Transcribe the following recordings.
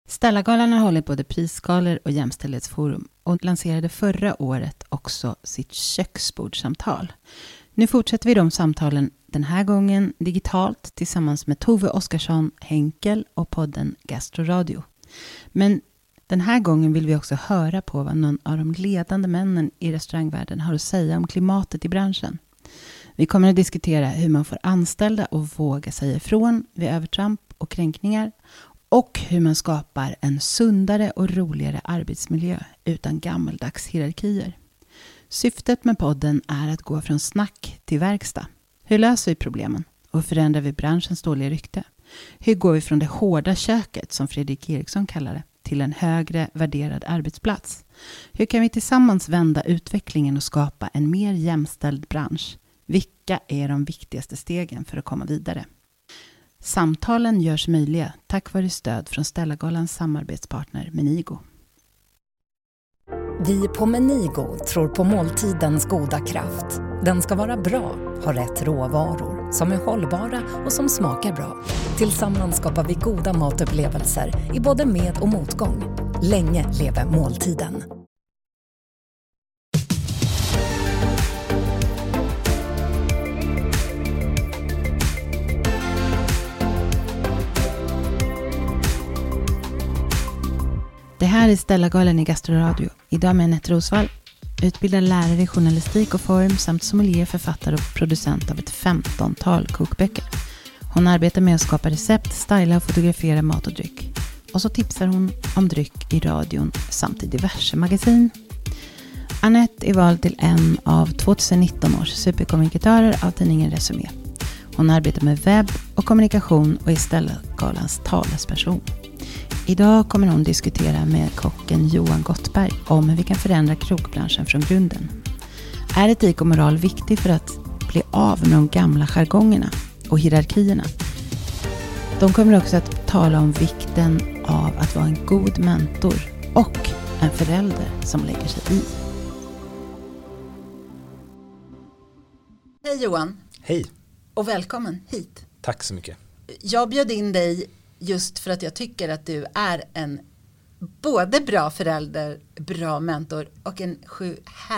Stellagalan har hållit både prisgalor och jämställdhetsforum och lanserade förra året också sitt köksbordssamtal. Nu fortsätter vi de samtalen den här gången digitalt tillsammans med Tove Oskarsson, Henkel och podden Gastroradio. Men den här gången vill vi också höra på vad någon av de ledande männen i restaurangvärlden har att säga om klimatet i branschen. Vi kommer att diskutera hur man får anställda och våga säga ifrån vid övertramp och kränkningar och hur man skapar en sundare och roligare arbetsmiljö utan gammaldags hierarkier. Syftet med podden är att gå från snack till verkstad. Hur löser vi problemen och förändrar vi branschens dåliga rykte? Hur går vi från det hårda köket, som Fredrik Eriksson kallar det, till en högre värderad arbetsplats? Hur kan vi tillsammans vända utvecklingen och skapa en mer jämställd bransch? Vilka är de viktigaste stegen för att komma vidare? Samtalen görs möjliga tack vare stöd från Stellagalans samarbetspartner Menigo. Vi på Menigo tror på måltidens goda kraft. Den ska vara bra, ha rätt råvaror, som är hållbara och som smakar bra. Tillsammans skapar vi goda matupplevelser i både med- och motgång. Länge lever måltiden. Det här är Stellagalan i Gastroradio. Idag med Anette Rosvall, utbildad lärare i journalistik och form samt sommelier, författare och producent av ett 15-tal kokböcker. Hon arbetar med att skapa recept, styla och fotografera mat och dryck. Och så tipsar hon om dryck i radion samt i diverse magasin. Anette är vald till en av 2019 års superkommunikatörer av tidningen Resumé. Hon arbetar med webb och kommunikation och är Stellagalans talesperson. Idag kommer hon diskutera med kocken Johan Gottberg om hur vi kan förändra krogbranschen från grunden. Är etik och moral viktigt för att bli av med de gamla jargongerna och hierarkierna? De kommer också att tala om vikten av att vara en god mentor och en förälder som lägger sig i. Hej Johan. Hej. Och välkommen hit. Tack så mycket. Jag bjöd in dig just för att jag tycker att du är en både bra förälder, bra mentor och en sju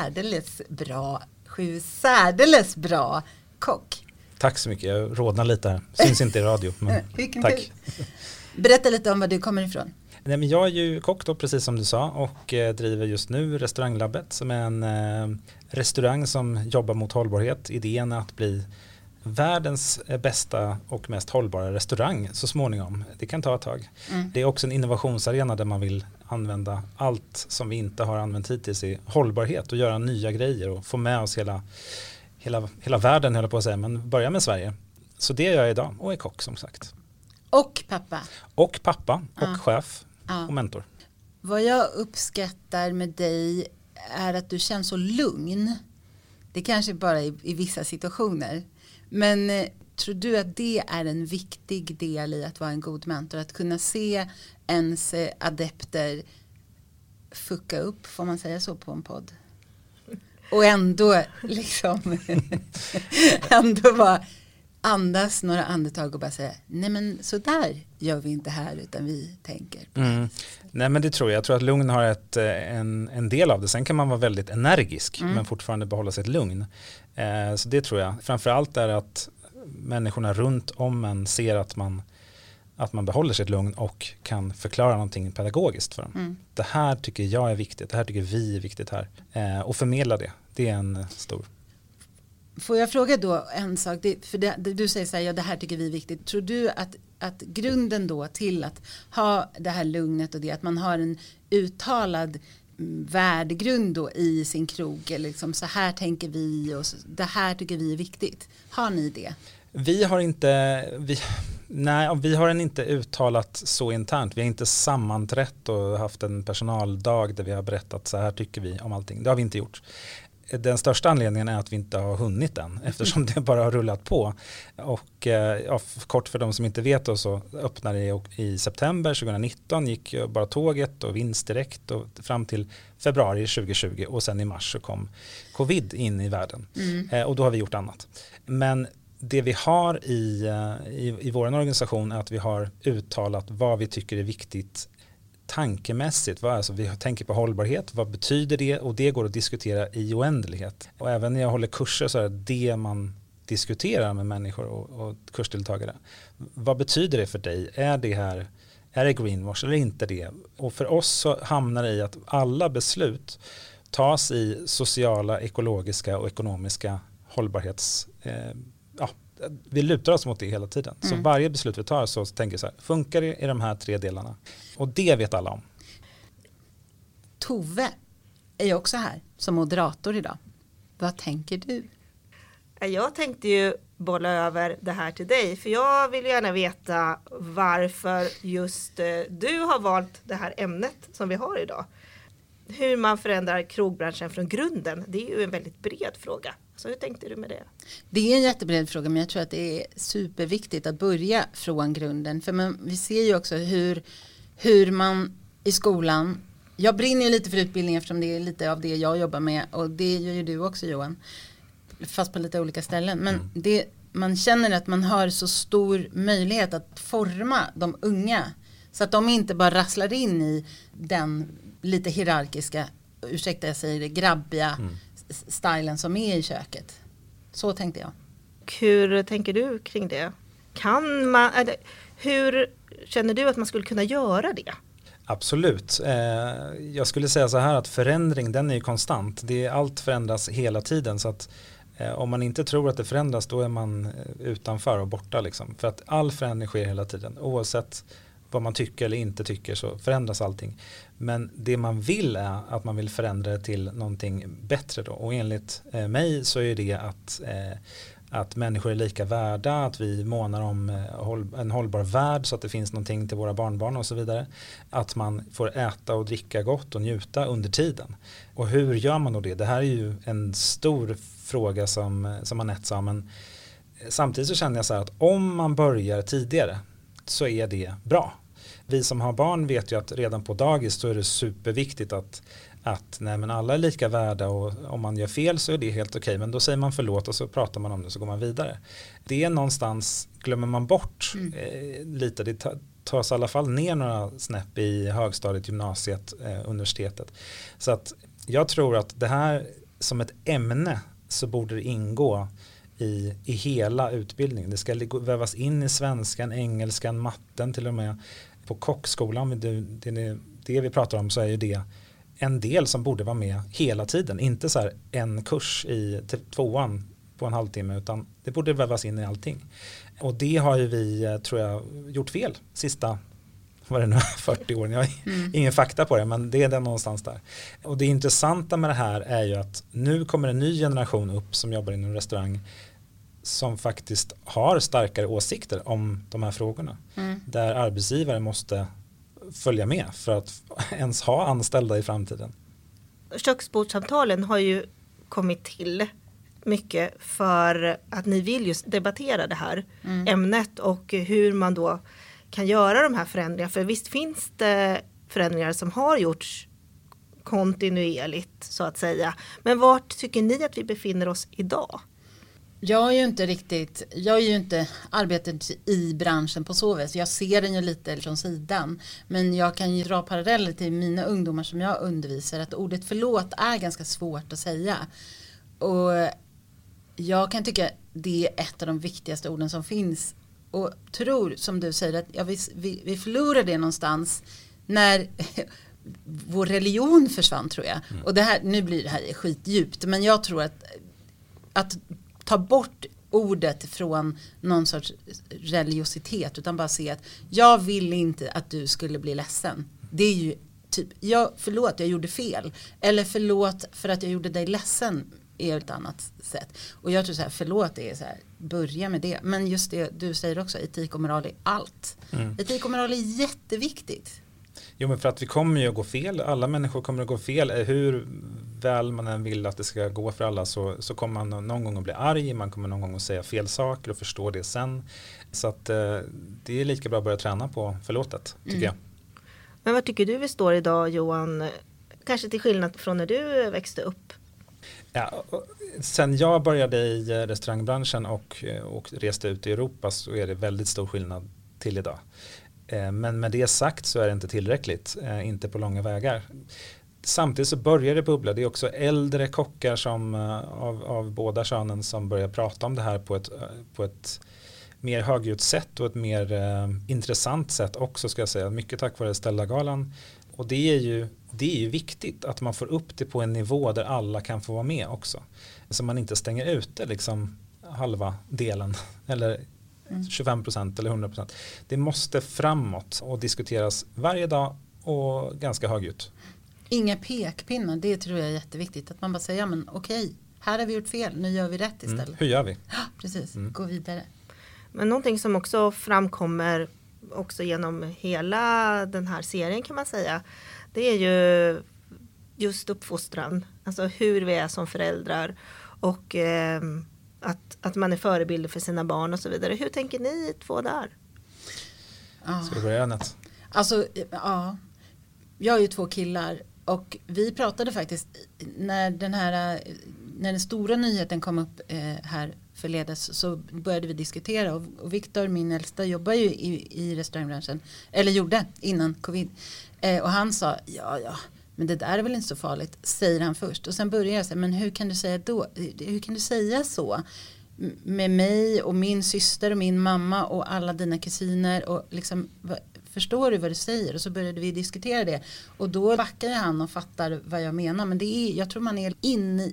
särdeles bra kock. Tack så mycket, jag rodnar lite här. Syns inte i radio, men tack. Berätta lite om var du kommer ifrån. Nej, men jag är ju kock då, precis som du sa, och driver just nu Restauranglabbet som är en restaurang som jobbar mot hållbarhet. Idén är att bli världens bästa och mest hållbara restaurang så småningom. Det kan ta ett tag. Det är också en innovationsarena där man vill använda allt som vi inte har använt hittills i hållbarhet och göra nya grejer och få med oss hela världen, höll jag på att säga, men börja med Sverige. Så det gör jag idag och är kock som sagt. Och pappa. Och pappa och chef och mentor. Vad jag uppskattar med dig är att du känns så lugn. Det kanske bara i vissa situationer. Men tror du att det är en viktig del i att vara en god mentor? Att kunna se ens adepter fucka upp, får man säga så på en podd? Och ändå liksom ändå bara andas några andetag och bara säga nej men så där gör vi inte här utan vi tänker på Nej men det tror jag. Jag tror att lugn har en del av det. Sen kan man vara väldigt energisk men fortfarande behålla sitt lugn. Så det tror jag. Framförallt är att människorna runt om en ser att man behåller sitt lugn och kan förklara någonting pedagogiskt för dem. Det här tycker jag är viktigt. Det här tycker vi är viktigt här. Och förmedla det. Det är en stor. Får jag fråga då en sak? Du säger så här, ja det här tycker vi är viktigt. Tror du att grunden då till att ha det här lugnet och det, att man har en uttalad värdegrund då i sin krog, eller liksom så här tänker vi och det här tycker vi är viktigt. Har ni det? Vi har den inte uttalat så internt. Vi har inte sammanträtt och haft en personaldag där vi har berättat så här tycker vi om allting. Det har vi inte gjort. Den största anledningen är att vi inte har hunnit än eftersom det bara har rullat på. Och kort för de som inte vet då, så öppnade det i september 2019, gick bara tåget och vinst direkt och fram till februari 2020 och sen i mars så kom covid in i världen. Och då har vi gjort annat. Men det vi har i vår organisation är att vi har uttalat vad vi tycker är viktigt tankemässigt. Alltså, vi tänker på hållbarhet, vad betyder det? Och det går att diskutera i oändlighet. Och även när jag håller kurser så är det man diskuterar med människor och kursdeltagare. Vad betyder det för dig? Är det greenwash eller inte det? Och för oss så hamnar det i att alla beslut tas i sociala, ekologiska och ekonomiska hållbarhets... vi lutar oss mot det hela tiden. Så varje beslut vi tar så tänker jag så här, funkar det i de här 3 delarna? Och det vet alla om. Tove är ju också här som moderator idag. Vad tänker du? Jag tänkte ju bolla över det här till dig, för jag vill gärna veta varför just du har valt det här ämnet som vi har idag. Hur man förändrar krogbranschen från grunden, det är ju en väldigt bred fråga. Så hur tänkte du med det? Det är en jättebred fråga, men jag tror att det är superviktigt att börja från grunden. För vi ser ju också hur man i skolan, jag brinner ju lite för utbildning eftersom det är lite av det jag jobbar med, och det gör ju du också, Johan. Fast på lite olika ställen. Men man känner att man har så stor möjlighet att forma de unga. Så att de inte bara rasslar in i den lite hierarkiska, ursäkta jag säger det, grabbiga stilen som är i köket. Så tänkte jag. Hur tänker du kring det? Hur känner du att man skulle kunna göra det? Absolut. Jag skulle säga så här att förändring, den är ju konstant. Allt förändras hela tiden, så att om man inte tror att det förändras, då är man utanför och borta liksom. För att all förändring sker hela tiden. Oavsett vad man tycker eller inte tycker så förändras allting. Men det man vill är att man vill förändra det till någonting bättre då. Och enligt mig så är det att människor är lika värda, att vi månar om en hållbar värld så att det finns någonting till våra barnbarn och så vidare. Att man får äta och dricka gott och njuta under tiden. Och hur gör man då det? Det här är ju en stor fråga som Anette sa, men samtidigt så känner jag så här att om man börjar tidigare så är det bra. Vi som har barn vet ju att redan på dagis så är det superviktigt att nej, men alla är lika värda, och om man gör fel så är det helt okej, men då säger man förlåt och så pratar man om det, så går man vidare. Det är någonstans, glömmer man bort lite, det tas i alla fall ner några snäpp i högstadiet, gymnasiet, universitetet. Så att jag tror att det här som ett ämne så borde det ingå i hela utbildningen. Det ska vävas in i svenskan, engelskan, matten till och med. På kockskolan, det vi pratar om, så är ju det en del som borde vara med hela tiden. Inte så här en kurs i 2:an på en halvtimme, utan det borde vävas in i allting. Och det har ju vi, tror jag, gjort fel sista 40 år. Jag har ingen fakta på det, men det är den någonstans där. Och det intressanta med det här är ju att nu kommer en ny generation upp som jobbar inom restaurang som faktiskt har starkare åsikter om de här frågorna. Där arbetsgivare måste följa med för att ens ha anställda i framtiden. Köksbordssamtalen har ju kommit till mycket för att ni vill just debattera det här ämnet och hur man då kan göra de här förändringarna. För visst finns det förändringar som har gjorts kontinuerligt så att säga. Men vart tycker ni att vi befinner oss idag? Jag har ju inte arbetat i branschen på så vis. Jag ser den ju lite från sidan. Men jag kan ju dra paralleller till mina ungdomar som jag undervisar. Att ordet förlåt är ganska svårt att säga. Och jag kan tycka det är ett av de viktigaste orden som finns. Och tror, som du säger, att vi förlorar det någonstans när vår religion försvann, tror jag. Och det här, nu blir det här skitdjupt. Men jag tror att ta bort ordet från någon sorts religiositet, utan bara se att jag vill inte att du skulle bli ledsen. Det är ju typ, förlåt jag gjorde fel, eller förlåt för att jag gjorde dig ledsen är ett annat sätt. Och jag tror så här, förlåt är så här, börja med det. Men just det du säger också, etik och moral är allt. Etik och moral är jätteviktigt. Jo, men för att vi kommer ju att gå fel. Alla människor kommer att gå fel. Hur väl man än vill att det ska gå för alla så kommer man någon gång att bli arg. Man kommer någon gång att säga fel saker och förstå det sen. Så att det är lika bra att börja träna på förlåtet, tycker jag. Men vad tycker du vi står idag, Johan? Kanske till skillnad från när du växte upp? Ja, sen jag började i restaurangbranschen och reste ut i Europa så är det väldigt stor skillnad till idag. Men med det sagt så är det inte tillräckligt, inte på långa vägar. Samtidigt så börjar det bubbla. Det är också äldre kockar som, av båda könen som börjar prata om det här på ett mer högljutt sätt och ett mer intressant sätt också, ska jag säga. Mycket tack vare Stella-galan. Och det är ju viktigt att man får upp det på en nivå där alla kan få vara med också. Så man inte stänger ute liksom halva delen eller 25% eller 100%. Det måste framåt och diskuteras varje dag och ganska högljutt. Inga pekpinnar, det tror jag är jätteviktigt. Att man bara säger, ja men okej, här har vi gjort fel, nu gör vi rätt istället. Hur gör vi? Ja, precis, gå vidare. Men någonting som också framkommer också genom hela den här serien kan man säga, det är ju just uppfostran. Alltså hur vi är som föräldrar och att man är förebilder för sina barn och så vidare. Hur tänker ni två där? Ska vi börja, Anette? Alltså, ja. Jag är ju 2 killar och vi pratade faktiskt när den stora nyheten kom upp här förledes, så började vi diskutera och Viktor, min äldsta, jobbar ju i restaurangbranschen, eller gjorde innan covid, och han sa ja men det där är väl inte så farligt, säger han först, och sen börjar jag säga, men hur kan du säga då, hur kan du säga så med mig och min syster och min mamma och alla dina kusiner, och liksom, förstår du vad du säger? Och så började vi diskutera det. Och då backar han och fattar vad jag menar. Men jag tror man är inne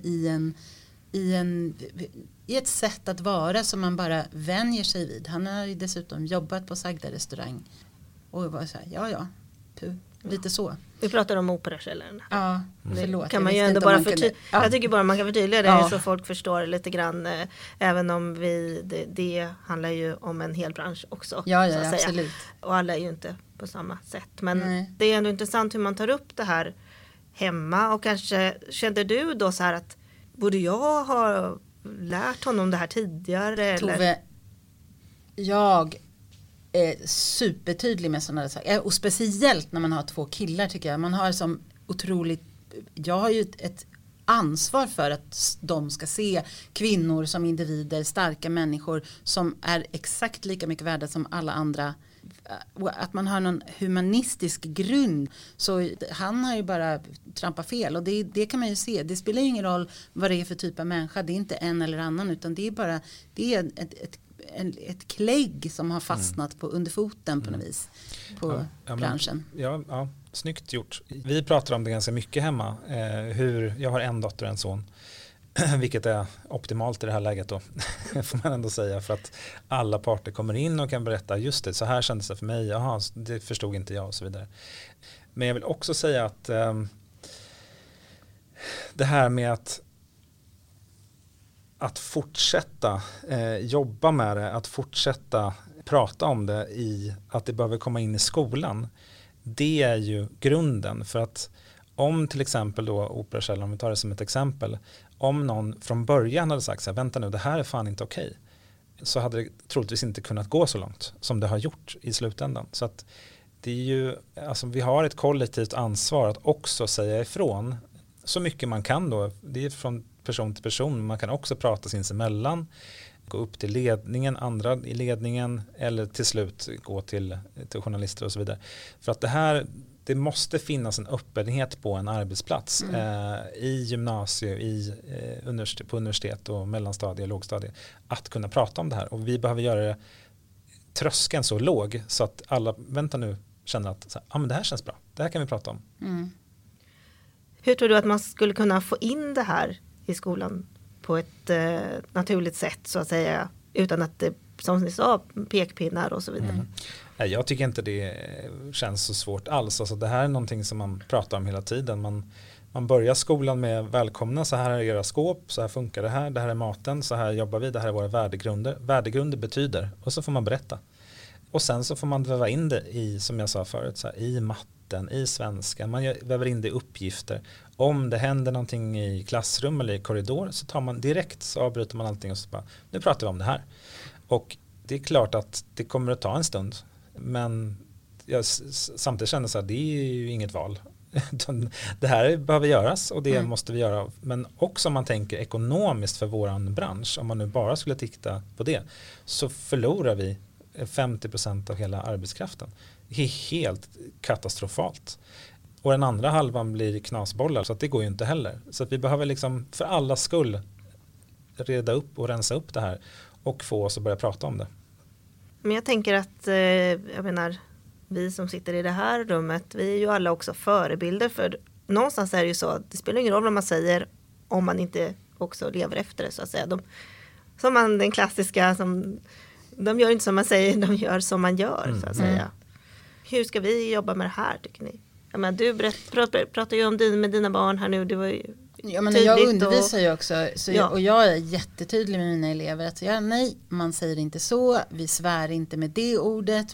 i ett sätt att vara som man bara vänjer sig vid. Han har ju dessutom jobbat på Sagda restaurang. Och var så här, lite så. Vi pratar om Operakällaren. Ja, förlåt. Kan man ju ändå bara Jag tycker bara man kan förtydliga det så folk förstår lite grann. Även om det handlar ju om en hel bransch också. Ja, absolut. Och alla är ju inte på samma sätt. Men det är ändå intressant hur man tar upp det här hemma. Och kanske kände du då så här att borde jag ha lärt honom det här tidigare? Tove, eller? Jag är supertydlig med sådana saker. Och speciellt när man har 2 killar tycker jag. Man har som otroligt, jag har ju ett ansvar för att de ska se kvinnor som individer, starka människor som är exakt lika mycket värda som alla andra. Att man har någon humanistisk grund. Så han har ju bara trampat fel. Och det kan man ju se. Det spelar ju ingen roll vad det är för typ av människa. Det är inte en eller annan, utan det är bara ett klägg som har fastnat på underfoten på något vis på branschen. Ja, snyggt gjort. Vi pratar om det ganska mycket hemma. Jag har en dotter och en son. Vilket är optimalt i det här läget då, får man ändå säga, för att alla parter kommer in och kan berätta, just det, så här kändes det för mig, jaha, det förstod inte jag och så vidare. Men jag vill också säga att det här med att fortsätta jobba med det, att fortsätta prata om det, i att det behöver komma in i skolan, det är ju grunden. För att om till exempel då Operakällaren, om vi tar det som ett exempel, om någon från början hade sagt så här, vänta nu, det här är fan inte okej, så hade det troligtvis inte kunnat gå så långt som det har gjort i slutändan. Så att det är ju, alltså vi har ett kollektivt ansvar att också säga ifrån så mycket man kan då. Det är från person till person. Man kan också prata sinsemellan, gå upp till ledningen, andra i ledningen, eller till slut gå till journalister och så vidare. För att det måste finnas en öppenhet på en arbetsplats i gymnasiet, på universitet och mellanstadie och lågstadie, att kunna prata om det här. Och vi behöver göra tröskeln så låg så att alla, vänta nu, känner att men det här känns bra, det här kan vi prata om. Hur tror du att man skulle kunna få in det här i skolan på ett naturligt sätt, så att säga, utan att det, som ni sa, pekpinnar och så vidare? Jag tycker inte det känns så svårt alls. Alltså det här är någonting som man pratar om hela tiden. Man börjar skolan med välkomna, så här är era skåp, så här funkar det här är maten, så här jobbar vi, det här är våra värdegrunder. Värdegrunder betyder, och så får man berätta. Och sen så får man väva in det i, som jag sa förut, så här, i matten, i svenskan. Man väver in det i uppgifter. Om det händer någonting i klassrum eller i korridor, så tar man direkt, så avbryter man allting och så bara, nu pratar vi om det här. Och det är klart att det kommer att ta en stund. Men jag samtidigt känner så här, det är ju inget val. Det här behöver göras och det måste vi göra. Men också om man tänker ekonomiskt för våran bransch, om man nu bara skulle titta på det, så förlorar vi 50% av hela arbetskraften. är helt katastrofalt. Och den andra halvan blir knasbollar, så att det går ju inte heller. Så att vi behöver liksom för alla skull reda upp och rensa upp det här och få oss att börja prata om det. Men jag tänker att, jag menar, vi som sitter i det här rummet, vi är ju alla också förebilder, för någonstans är det ju så att det spelar ingen roll vad man säger om man inte också lever efter det, så att säga. Den klassiska, de gör inte som man säger, de gör som man gör, så att säga. Hur ska vi jobba med det här, tycker ni? Jag menar, du pratar ju om med dina barn här nu, det var ju jag undervisar ju också, och jag är jättetydlig med mina elever att nej, man säger inte så, vi svär inte med det ordet,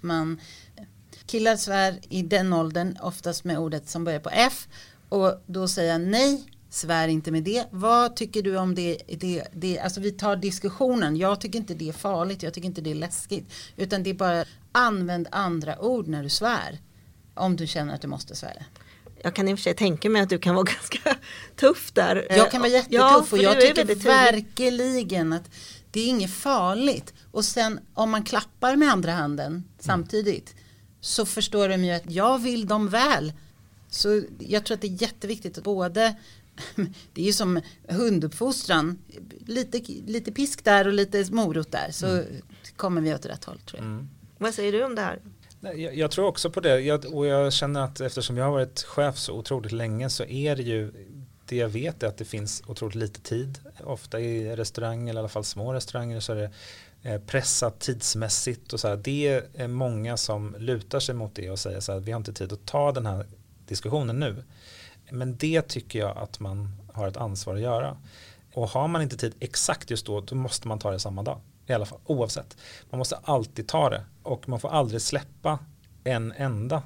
killar svär i den åldern oftast med ordet som börjar på F, och då säger jag nej, svär inte med det. Vad tycker du om det? Alltså vi tar diskussionen. Jag tycker inte det är farligt, jag tycker inte det är läskigt, utan det är bara använd andra ord när du svär, om du känner att du måste svära. Jag kan i och för sig tänka mig att du kan vara ganska tuff där. Jag kan vara jättetuff, och jag tycker verkligen att det är inget farligt. Och sen om man klappar med andra handen samtidigt, så förstår de ju att jag vill dem väl. Så jag tror att det är jätteviktigt att både, det är ju som hunduppfostran, lite pisk där och lite morot där, så kommer vi åt rätt håll, tror jag. Vad säger du om det här? Jag tror också på det, och jag känner att eftersom jag har varit chef så otroligt länge, så är det ju det jag vet är att det finns otroligt lite tid. Ofta i restauranger, eller i alla fall små restauranger, så är det pressat tidsmässigt och så här. Det är många som lutar sig mot det och säger så här, vi har inte tid att ta den här diskussionen nu. Men det tycker jag att man har ett ansvar att göra. Och har man inte tid exakt just då måste man ta det samma dag. I alla fall, oavsett. Man måste alltid ta det. Och man får aldrig släppa en enda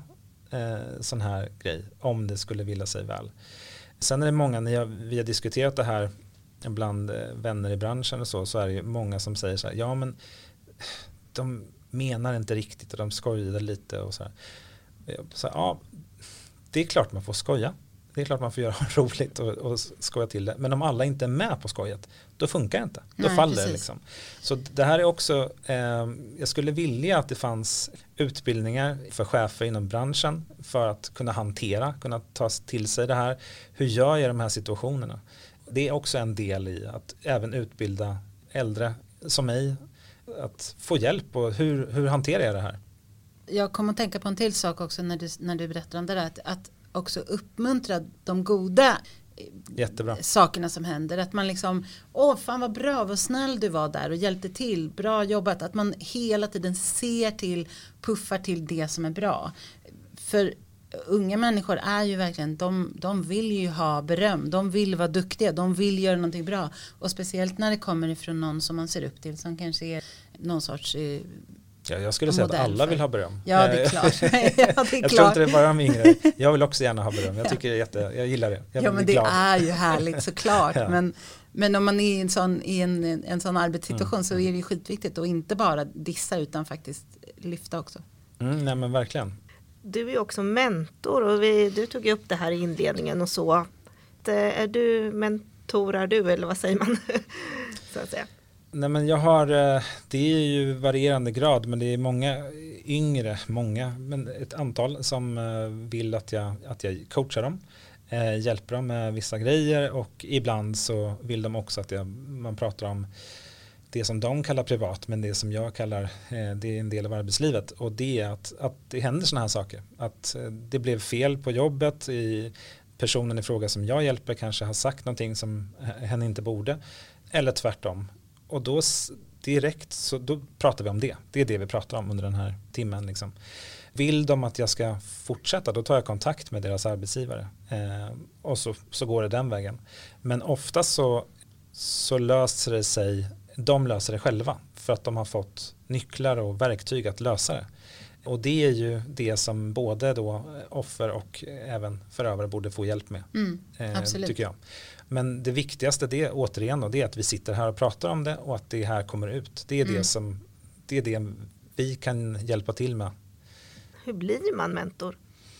sån här grej om det skulle vilja sig väl. Sen är det många, vi har diskuterat det här bland vänner i branschen och så är det ju många som säger så här, ja men de menar inte riktigt och de skojar lite och så här. Så här, ja, det är klart man får skoja. Det är klart man får göra roligt och skoja till det. Men om alla inte är med på skojet, då funkar det inte. Då faller det liksom. Så det här är också, jag skulle vilja att det fanns utbildningar för chefer inom branschen för att kunna hantera, kunna ta till sig det här. Hur gör jag i de här situationerna? Det är också en del i att även utbilda äldre som mig, att få hjälp och hur hanterar jag det här? Jag kommer att tänka på en till sak också när du berättar om det där, att också uppmuntra de goda sakerna som händer. Att man liksom, fan vad bra, vad snäll du var där och hjälpte till, bra jobbat. Att man hela tiden puffar till det som är bra. För unga människor är ju verkligen, de vill ju ha beröm, de vill vara duktiga, de vill göra någonting bra. Och speciellt när det kommer ifrån någon som man ser upp till, som kanske är någon sorts jag skulle säga att alla vill ha beröm. Ja, det är klart. Jag tror inte det är bara de yngre. Jag vill också gärna ha beröm. Jag tycker jag gillar det. Ja, men det är ju härligt såklart. Ja. Men om man är i en sån arbetssituation så är det skitviktigt att inte bara dissa utan faktiskt lyfta också. Nej men verkligen. Du är ju också mentor och du tog upp det här i inledningen och så. Är du mentorar du eller vad säger man? Så att säga. Nej men det är ju varierande grad, men det är många yngre, men ett antal som vill att jag coachar dem, hjälper dem med vissa grejer, och ibland så vill de också att man pratar om det som de kallar privat, men det som jag kallar, det är en del av arbetslivet, och det är att det händer såna här saker, att det blev fel på jobbet, personen i fråga som jag hjälper kanske har sagt någonting som henne inte borde, eller tvärtom. Och då direkt så då pratar vi om det. Det är det vi pratar om under den här timmen. Liksom. Vill de att jag ska fortsätta, då tar jag kontakt med deras arbetsgivare. Och så går det den vägen. Men ofta så löser det sig, de löser det själva. För att de har fått nycklar och verktyg att lösa det. Och det är ju det som både då offer och även förövare borde få hjälp med. Absolut. Tycker jag. Men det viktigaste det är att vi sitter här och pratar om det och att det här kommer ut. Det är det vi kan hjälpa till med. Hur blir man mentor?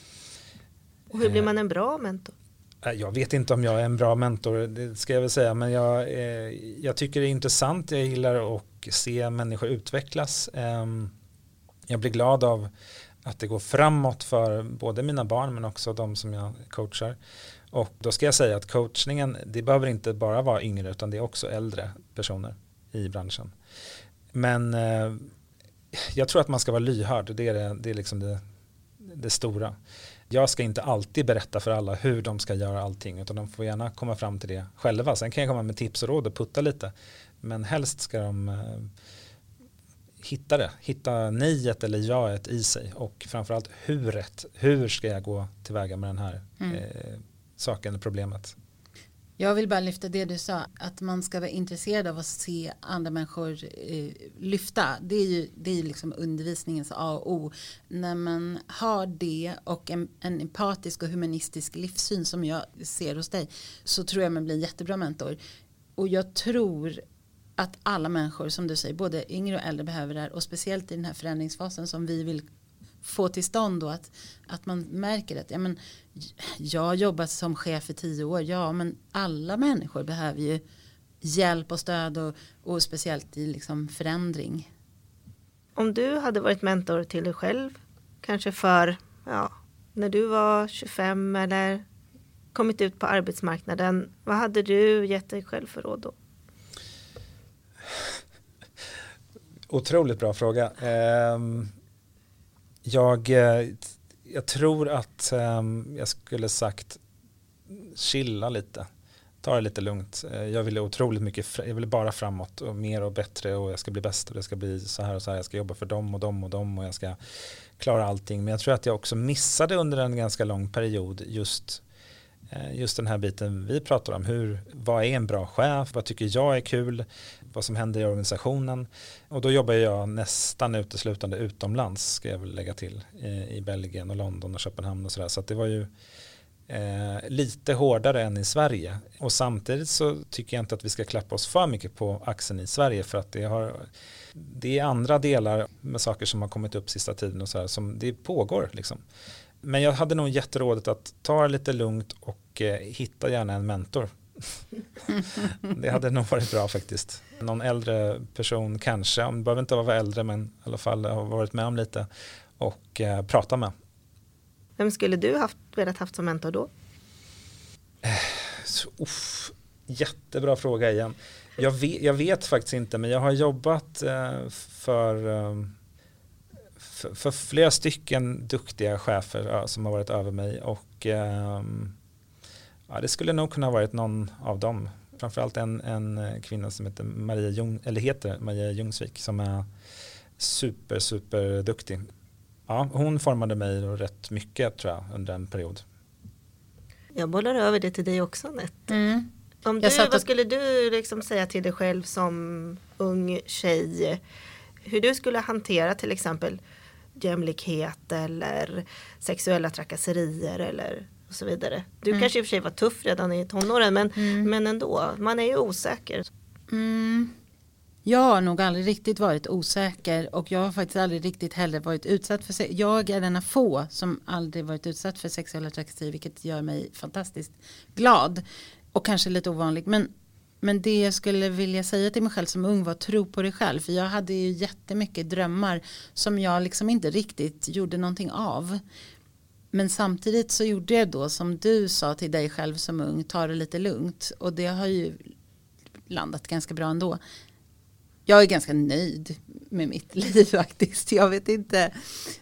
Och hur blir man en bra mentor? Jag vet inte om jag är en bra mentor, det ska jag väl säga. Men jag tycker det är intressant. Jag gillar att se människor utvecklas. Jag blir glad av att det går framåt för både mina barn men också de som jag coachar. Och då ska jag säga att coachningen, det behöver inte bara vara yngre utan det är också äldre personer i branschen. Men jag tror att man ska vara lyhörd, det är liksom det stora. Jag ska inte alltid berätta för alla hur de ska göra allting utan de får gärna komma fram till det själva. Sen kan jag komma med tips och råd och putta lite. Men helst ska de hitta nejet eller jaet i sig och framförallt hur ska jag gå tillväga med den här saken, problemet. Jag vill bara lyfta det du sa, att man ska vara intresserad av att se andra människor lyfta. Det är ju liksom undervisningens A och O. När man har det och en empatisk och humanistisk livssyn som jag ser hos dig, så tror jag man blir en jättebra mentor. Och jag tror att alla människor, som du säger, både yngre och äldre behöver det här, och speciellt i den här förändringsfasen som vi vill få till stånd då, att man märker att jag har jobbat som chef i 10 år, men alla människor behöver ju hjälp och stöd och speciellt i liksom förändring. Om du hade varit mentor till dig själv, kanske för när du var 25 eller kommit ut på arbetsmarknaden, vad hade du gett dig själv för råd då? Otroligt bra fråga. Jag tror att jag skulle sagt chilla lite. Ta det lite lugnt. Jag ville otroligt mycket, jag ville bara framåt och mer och bättre och jag ska bli bäst och det ska bli så här och så här. Jag ska jobba för dem och dem och dem och jag ska klara allting. Men jag tror att jag också missade under en ganska lång period just den här biten vi pratar om. Vad är en bra chef? Vad tycker jag är kul? Vad som händer i organisationen. Och då jobbar jag nästan uteslutande utomlands, ska jag väl lägga till, i Belgien och London och Köpenhamn och sådär. Så att det var ju lite hårdare än i Sverige. Och samtidigt så tycker jag inte att vi ska klappa oss för mycket på axeln i Sverige, för att det är andra delar med saker som har kommit upp sista tiden och så här, som det pågår liksom. Men jag hade nog jätterådet att ta det lite lugnt och hitta gärna en mentor. Det hade nog varit bra faktiskt. Någon äldre person kanske, det behöver inte vara äldre men i alla fall har varit med om lite och prata med. Vem skulle du velat haft som mentor då? Jättebra fråga igen. Jag vet faktiskt inte, men jag har jobbat för flera stycken duktiga chefer som har varit över mig och det skulle nog kunna ha varit någon av dem. Framförallt en kvinna som heter Maria Ljungsvik som är super duktig. Ja, hon formade mig rätt mycket tror jag under en period. Jag bollar över det till dig också, Anette. Vad skulle du liksom säga till dig själv som ung tjej? Hur du skulle hantera till exempel jämlikhet eller sexuella trakasserier eller och så vidare. Du kanske i och för sig var tuff redan i tonåren, men ändå, man är ju osäker. Jag har nog aldrig riktigt varit osäker och jag har faktiskt aldrig riktigt heller varit utsatt för jag är den få som aldrig varit utsatt för sexuella trakasserier, vilket gör mig fantastiskt glad och kanske lite ovanligt, men det jag skulle vilja säga till mig själv som ung var tro på dig själv. För jag hade ju jättemycket drömmar som jag liksom inte riktigt gjorde någonting av. Men samtidigt så gjorde jag då som du sa till dig själv som ung, ta det lite lugnt. Och det har ju landat ganska bra ändå. Jag är ganska nöjd med mitt liv faktiskt. Jag vet inte.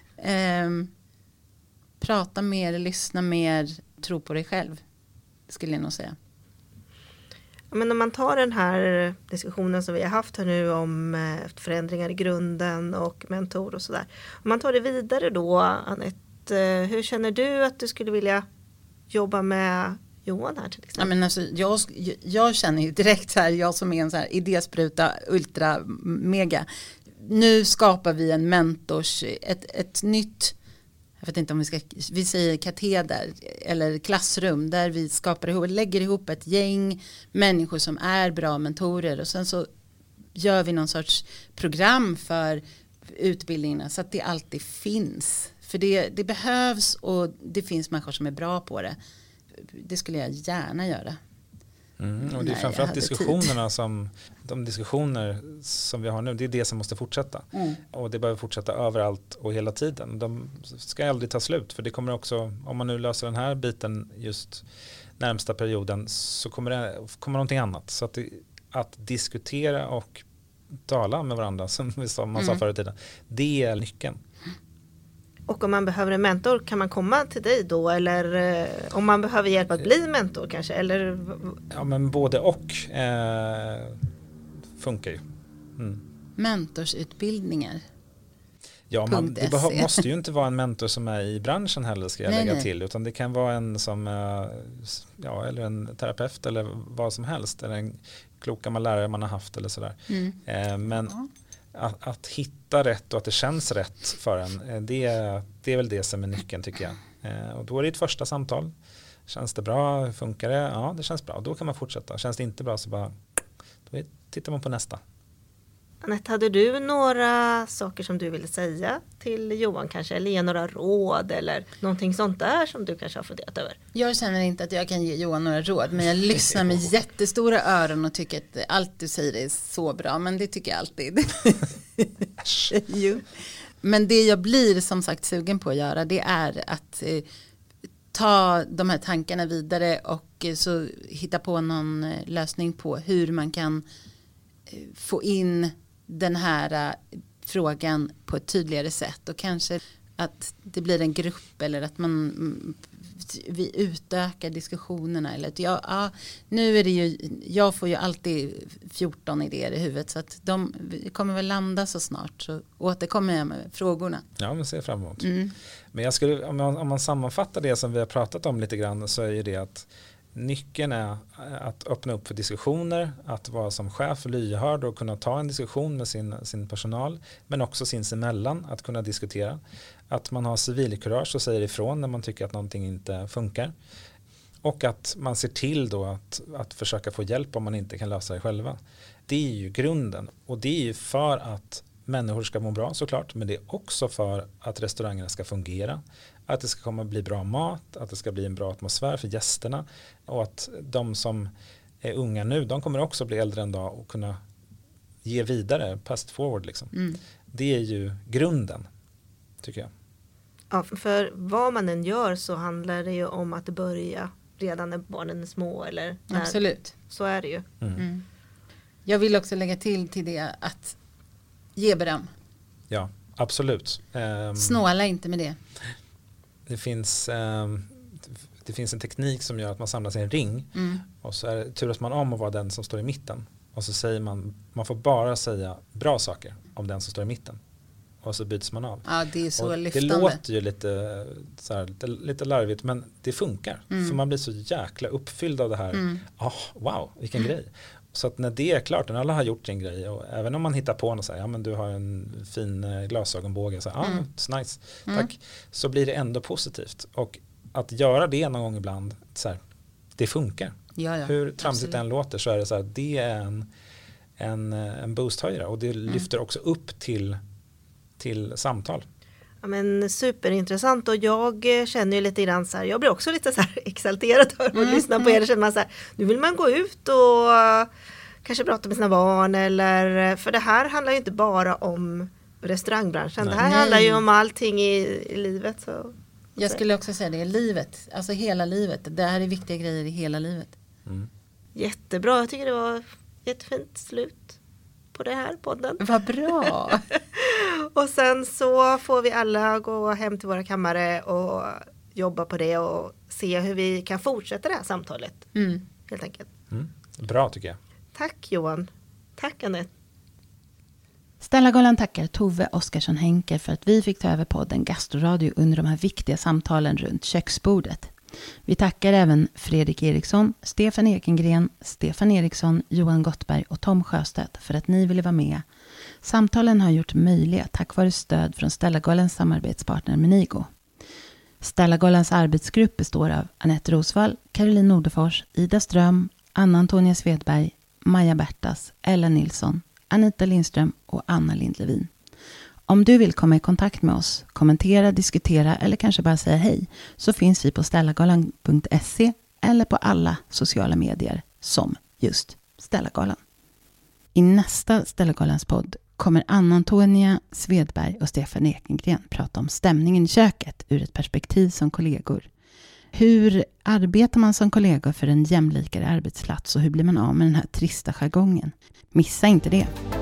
Prata mer, lyssna mer, tro på dig själv. Skulle jag nog säga. Men om man tar den här diskussionen som vi har haft här nu om förändringar i grunden och mentor och sådär. Om man tar det vidare då, Anette, hur känner du att du skulle vilja jobba med Johan här till exempel? Ja, men alltså, jag känner ju direkt så här, jag som är en så här idéspruta ultra mega. Nu skapar vi en mentors, ett nytt, jag vet inte om vi säger kateder eller klassrum där vi lägger ihop ett gäng människor som är bra mentorer och sen så gör vi någon sorts program för utbildningarna så att det alltid finns. För det behövs och det finns människor som är bra på det. Det skulle jag gärna göra. Och det är framförallt de diskussioner som vi har nu, det är det som måste fortsätta. Och det behöver fortsätta överallt och hela tiden. De ska aldrig ta slut, för det kommer också, om man nu löser den här biten just närmsta perioden, så kommer någonting annat. Så att diskutera och tala med varandra, som man sa förr i tiden, det är nyckeln. Och om man behöver en mentor, kan man komma till dig då? Eller om man behöver hjälp att bli mentor kanske? Eller? Ja, men både och funkar ju. Mentorsutbildningar. Ja, det måste ju inte vara en mentor som är i branschen heller, ska jag lägga till. Utan det kan vara en som eller en terapeut eller vad som helst. Eller en klok gammal lärare man har haft eller sådär. Men att hitta rätt och att det känns rätt för en, det är väl det som är nyckeln, tycker jag. Och då är det ett första samtal. Känns det bra? Funkar det? Ja, det känns bra. Då kan man fortsätta. Känns det inte bra så bara då tittar man på nästa. Anette, hade du några saker som du ville säga till Johan kanske? Eller ge några råd eller någonting sånt där som du kanske har funderat över? Jag känner inte att jag kan ge Johan några råd, men jag lyssnar med jättestora öron och tycker att allt du säger är så bra, men det tycker jag alltid. Jo. Men det jag blir som sagt sugen på att göra, det är att ta de här tankarna vidare och så hitta på någon lösning på hur man kan få in den här frågan på ett tydligare sätt, och kanske att det blir en grupp eller att vi utökar diskussionerna, eller att nu är det ju, jag får ju alltid 14 idéer i huvudet, så att de kommer väl landa så snart, så återkommer jag med frågorna. Ja, men ser fram emot. Men jag skulle, om man sammanfattar det som vi har pratat om lite grann, så är ju det att nyckeln är att öppna upp för diskussioner, att vara som chef lyhörd och kunna ta en diskussion med sin personal, men också sinsemellan att kunna diskutera. Att man har civilkurage och säger ifrån när man tycker att någonting inte funkar. Och att man ser till då att försöka få hjälp om man inte kan lösa det själva. Det är ju grunden, och det är ju för att människor ska må bra såklart, men det är också för att restaurangerna ska fungera, att det ska komma bli bra mat, att det ska bli en bra atmosfär för gästerna, och att de som är unga nu, de kommer också bli äldre en dag och kunna ge vidare, past forward liksom. Det är ju grunden, tycker jag. Ja, för vad man än gör så handlar det ju om att börja redan när barnen är små, eller när, absolut. Så är det ju. Jag vill också lägga till det att ge beröm. Ja, absolut. Snåla inte med det. Det finns en teknik som gör att man samlas i en ring, och så turas man om att vara den som står i mitten, och så säger man får bara säga bra saker om den som står i mitten, och så byts man av. Ja, det är så lyftande. Det låter ju lite larvigt, men det funkar, för man blir så jäkla uppfylld av det här. Wow, vilken grej. Så att när det är klart, när alla har gjort sin grej, och även om man hittar på något, så här, ja men du har en fin glasögonbåge, så it's nice, tack, så blir det ändå positivt. Och att göra det någon gång ibland, så här, det funkar. Ja, hur tramsigt den låter, så är det så här, det är en boost-höjare, och det lyfter också upp till samtal. Ja, men superintressant, och jag känner ju lite grann så här, jag blir också lite så här exalterad av att lyssna på er. Känner man så här, nu vill man gå ut och kanske prata med sina barn, eller, för det här handlar ju inte bara om restaurangbranschen. Nej. Det här handlar ju om allting i livet. Så. Jag skulle också säga det, livet, alltså hela livet. Det här är viktiga grejer i hela livet. Jättebra, jag tycker det var jättefint slut på det här podden. Vad bra! Och sen så får vi alla gå hem till våra kammare och jobba på det och se hur vi kan fortsätta det här samtalet. Helt enkelt. Bra, tycker jag. Tack Johan. Tack Anette. Stellagalan tackar Tove Oskarsson Henke för att vi fick ta över podden Gastroradio under de här viktiga samtalen runt köksbordet. Vi tackar även Fredrik Eriksson, Stefan Ekengren, Stefan Eriksson, Johan Gottberg och Tom Sjöstedt för att ni ville vara med. Samtalen har gjort möjliga tack vare stöd från Stellagolans samarbetspartner Menigo. Stellagolans arbetsgrupp består av Anette Rosvall, Caroline Nordefors, Ida Ström, Anna-Antonia Svedberg, Maja Bertas, Ella Nilsson, Anita Lindström och Anna Lindlevin. Om du vill komma i kontakt med oss, kommentera, diskutera eller kanske bara säga hej, så finns vi på stellagalan.se eller på alla sociala medier. som just Stellagalan. I nästa Stellagalans podd kommer Anna-Antonia Svedberg och Stefan Ekengren prata om stämningen i köket ur ett perspektiv som kollegor. Hur arbetar man som kollegor för en jämlikare arbetsplats och hur blir man av med den här trista jargongen? Missa inte det!